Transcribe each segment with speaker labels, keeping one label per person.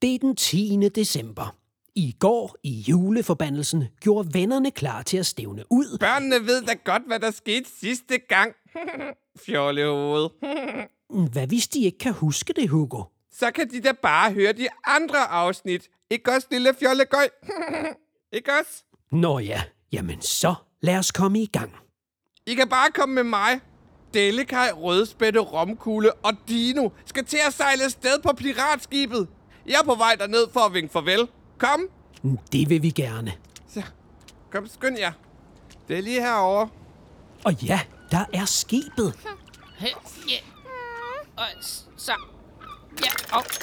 Speaker 1: Det er den 10. december. I går i juleforbandelsen gjorde vennerne klar til at stævne ud.
Speaker 2: Børnene ved da godt, hvad der skete sidste gang. Fjollehoved.
Speaker 1: Hvad hvis de ikke kan huske det, Hugo?
Speaker 2: Så kan de da bare høre de andre afsnit. Ikke også, lille fjollegøj? Ikke også?
Speaker 1: Nå ja, jamen så lad os komme i gang.
Speaker 2: I kan bare komme med mig. Delikaj, Rødspætte, Romkugle og Dino skal til at sejle afsted på piratskibet. Jeg er på vej derned for at vinke farvel. Kom.
Speaker 1: Det vil vi gerne.
Speaker 2: Så, kom, skynd jer. Det er lige herovre.
Speaker 1: Og ja, der er skibet.
Speaker 3: Ja. Og så. Ja, og.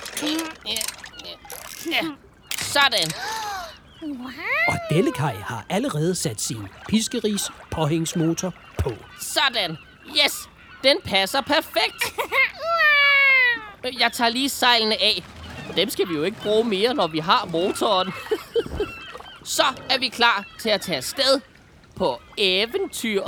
Speaker 3: Ja. Sådan.
Speaker 1: Og Delikaj har allerede sat sin piskeris påhængsmotor på.
Speaker 3: Sådan. Yes, den passer perfekt. Jeg tager lige sejlene af. Dem skal vi jo ikke bruge mere, når vi har motoren. Så er vi klar til at tage afsted på eventyr.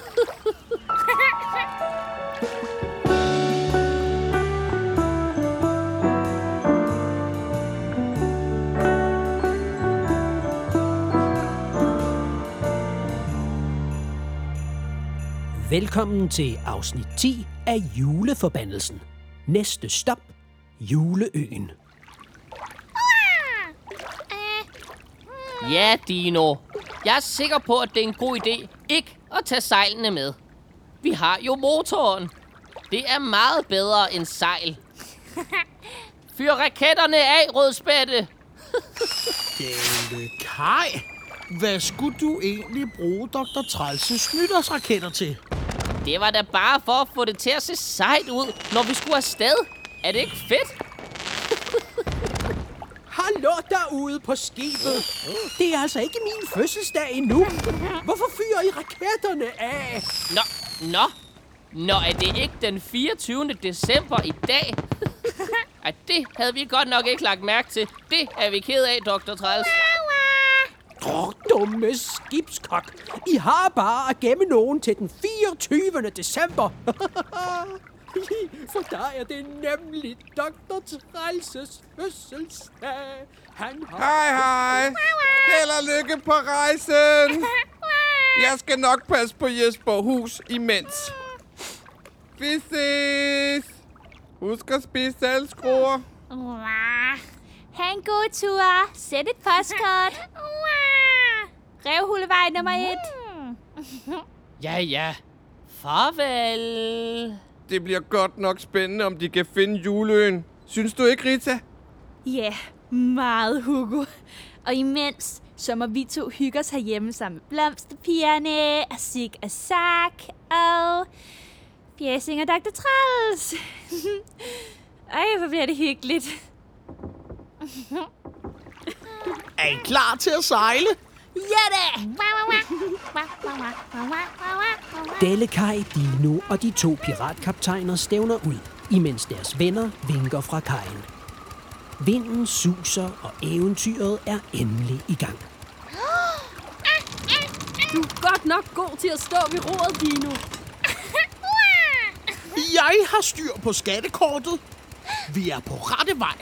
Speaker 1: Velkommen til afsnit 10 af Juleforbandelsen. Næste stop, Juleøen.
Speaker 3: Ja, Dino. Jeg er sikker på, at det er en god idé ikke at tage sejlene med. Vi har jo motoren. Det er meget bedre end sejl. Fyr raketterne af, Rødspætte.
Speaker 4: Delikaj, hvad skulle du egentlig bruge Dr. Trælses nytårsraketter til?
Speaker 3: Det var da bare for at få det til at se sejt ud, når vi skulle afsted. Er det ikke fedt?
Speaker 1: Hallo derude på skibet. Det er altså ikke min fødselsdag endnu. Hvorfor fyrer I raketterne af?
Speaker 3: Nå, er det ikke den 24. december i dag? Ej, det havde vi godt nok ikke lagt mærke til. Det er vi ked af, Dr. Træls.
Speaker 1: Dumme skibskok. I har bare at gemme nogen til den 24. december. For der er det nemlig Dr. Trælses fødselsdag. Han har...
Speaker 2: Hej. Held og lykke på rejsen. Jeg skal nok passe på Jesperhus imens. Vi ses. Husk at spise alle skruer.
Speaker 5: Ha' en god tur. Sæt et postkort. Revhullevej nummer 1.
Speaker 3: Ja. Farvel.
Speaker 2: Det bliver godt nok spændende, om de kan finde juleøen. Synes du ikke, Rita?
Speaker 5: Ja, meget, Hugo. Og imens, så må vi 2 hygge os herhjemme sammen med blomsterpigerne, og Sig og Sak, og Fjæsing og Dr. Træls. Ej, hvor bliver det hyggeligt.
Speaker 4: Er I klar til at sejle?
Speaker 5: Ja da!
Speaker 1: Delikaj, Dino og de 2 piratkaptajner stævner ud, imens deres venner vinker fra kajen. Vinden suser, og eventyret er endelig i gang.
Speaker 6: Du er godt nok god til at stå ved roret, Dino.
Speaker 4: Jeg har styr på skattekortet. Vi er på rette vej.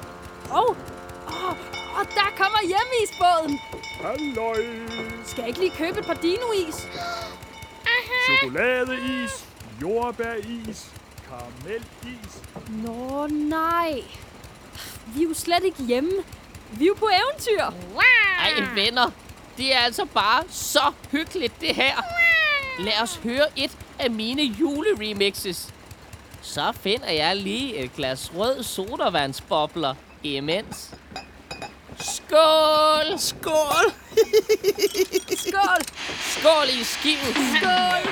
Speaker 6: Og der kommer hjemmeisbåden.
Speaker 7: Halløj!
Speaker 6: Skal jeg ikke lige købe et par Dino-is?
Speaker 7: Chokoladeis, jordbæris, karamelis.
Speaker 6: Nå, nej. Vi er jo slet ikke hjemme. Vi er jo på eventyr.
Speaker 3: Ej, venner. Det er altså bare så hyggeligt, det her. Lad os høre et af mine juleremixes. Så finder jeg lige et glas rød sodavandsbobler imens. Skål!
Speaker 4: Skål!
Speaker 3: Skål! Skål i skibet! Skål!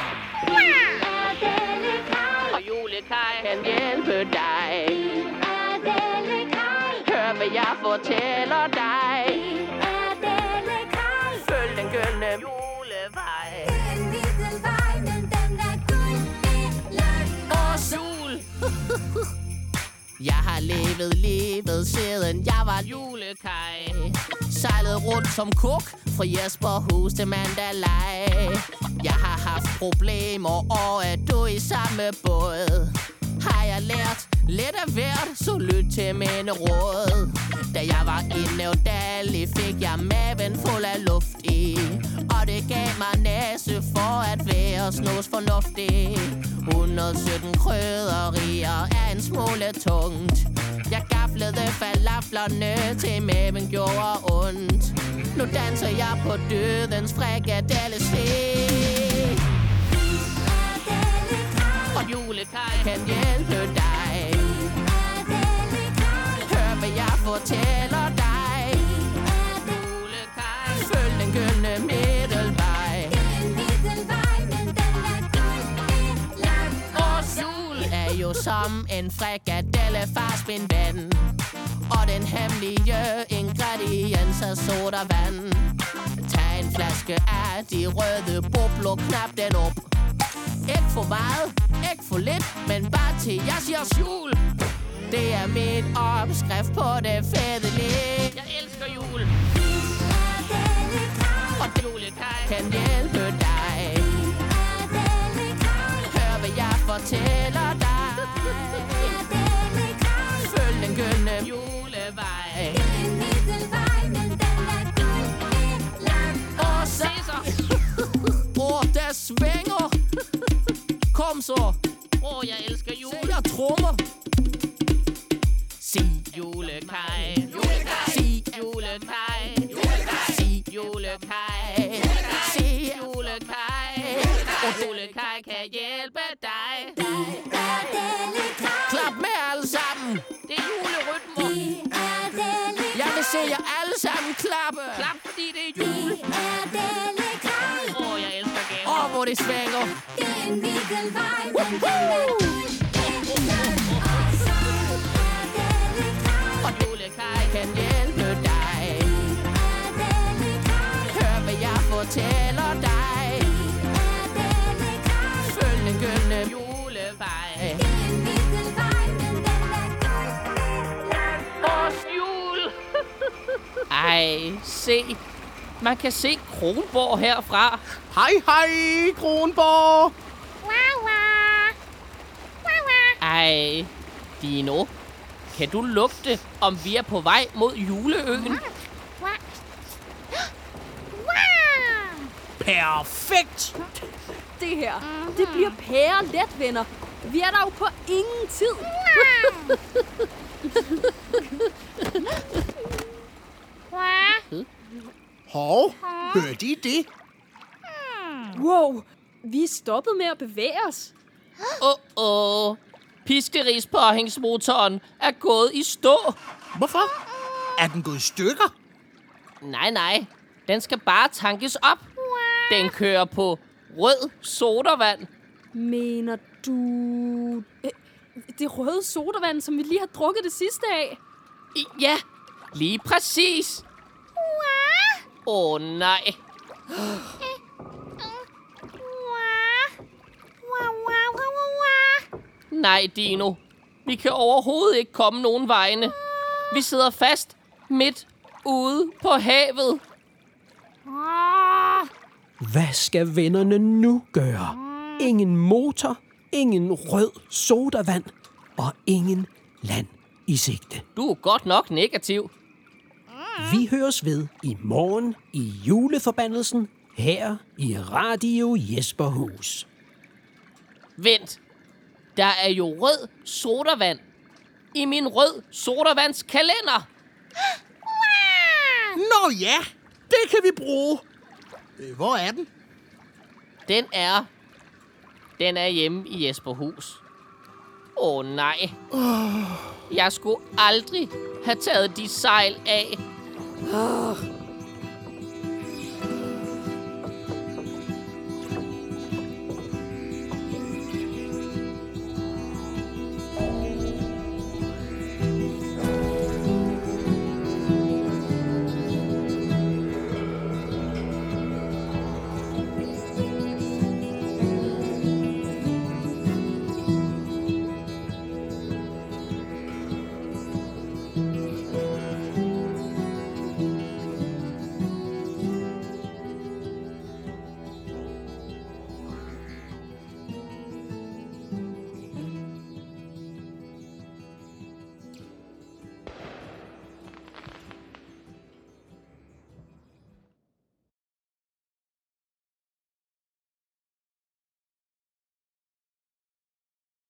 Speaker 3: Og julekaj kan hjælpe dig. Hør, hvad jeg fortæller dig. Følg den gyldne julevej. Og sol! Jeg har levet livet siden jeg var julekaj. Sejlet rundt som kok fra Jesperhus til Mandalay. Jeg har haft problemer, og er du i samme båd? Har jeg lært Lidt af hvert, så lyt til mine råd. Da jeg var i Nævdal, fik jeg maven fuld af luft i. Og det gav mig næse for at være snus fornuftig. 117 krydderier er en smule tungt. Jeg gaflede falaflerne til maven gjorde ondt. Nu danser jeg på dødens frikadellesti. Og julekaj kan hjælpe dig. Hør hvad jeg fortæller dig. Julekaj, følg den gyldne middelvej. Vores jul er jo som en frikadelle fast min ven. Og den hemmelige ingrediens er sodavand. Tag en flaske af de røde bobler, knap den op. Ikke for meget, ikke for lidt, men bare til jeg siger jul. Det er min opskrift på det fede liv. Jeg elsker jul. Og julekaj kan hjælpe dig. Hør hvad jeg fortæller dig. Følg den gyldne julevej. Og se så. Der svinger. Kom så. Jeg elsker jul. Se, jeg trommer. Sig julekaj. Sig julekaj. Sig julekaj. Sig julekaj. Og julekaj kan hjælpe dig. Klap med alle sammen. Det er julerytmer. Jeg vil se jer alle sammen klappe. Klap, fordi det er jul. Jeg elsker gaver. Hvor det svænger. Og julekaj kan hjælpe dig. Hør hvad jeg fortæller dig. Følg den gyldne julevej. Vores jul. Ej, se. Man kan se Kronborg herfra.
Speaker 4: Hej, hej, Kronborg.
Speaker 3: Ej, Dino. Kan du lugte, om vi er på vej mod juleøen?
Speaker 4: Perfekt.
Speaker 6: Det her, det bliver pærelet, venner. Vi er der jo på ingen tid.
Speaker 4: Hov, hørte I det?
Speaker 6: Wow, vi er stoppet med at bevæge os.
Speaker 3: Piskeris-påhængsmotoren er gået i stå.
Speaker 4: Hvorfor? Er den gået i stykker?
Speaker 3: Nej. Den skal bare tankes op. Den kører på rød sodavand.
Speaker 6: Mener du... det røde sodavand, som vi lige har drukket det sidste af?
Speaker 3: Ja, lige præcis. Nej. Nej, Dino. Vi kan overhovedet ikke komme nogen vegne. Vi sidder fast midt ude på havet.
Speaker 1: Hvad skal vennerne nu gøre? Ingen motor, ingen rød sodavand og ingen land i sigte.
Speaker 3: Du er godt nok negativ.
Speaker 1: Vi høres ved i morgen i juleforbandelsen her i Radio Jesperhus.
Speaker 3: Vent. Der er jo rød sodavand i min rød sodavandskalender.
Speaker 4: Nå ja, det kan vi bruge. Hvor er den?
Speaker 3: Den er hjemme i Jesperhus. Nej. Jeg skulle aldrig have taget de sejl af.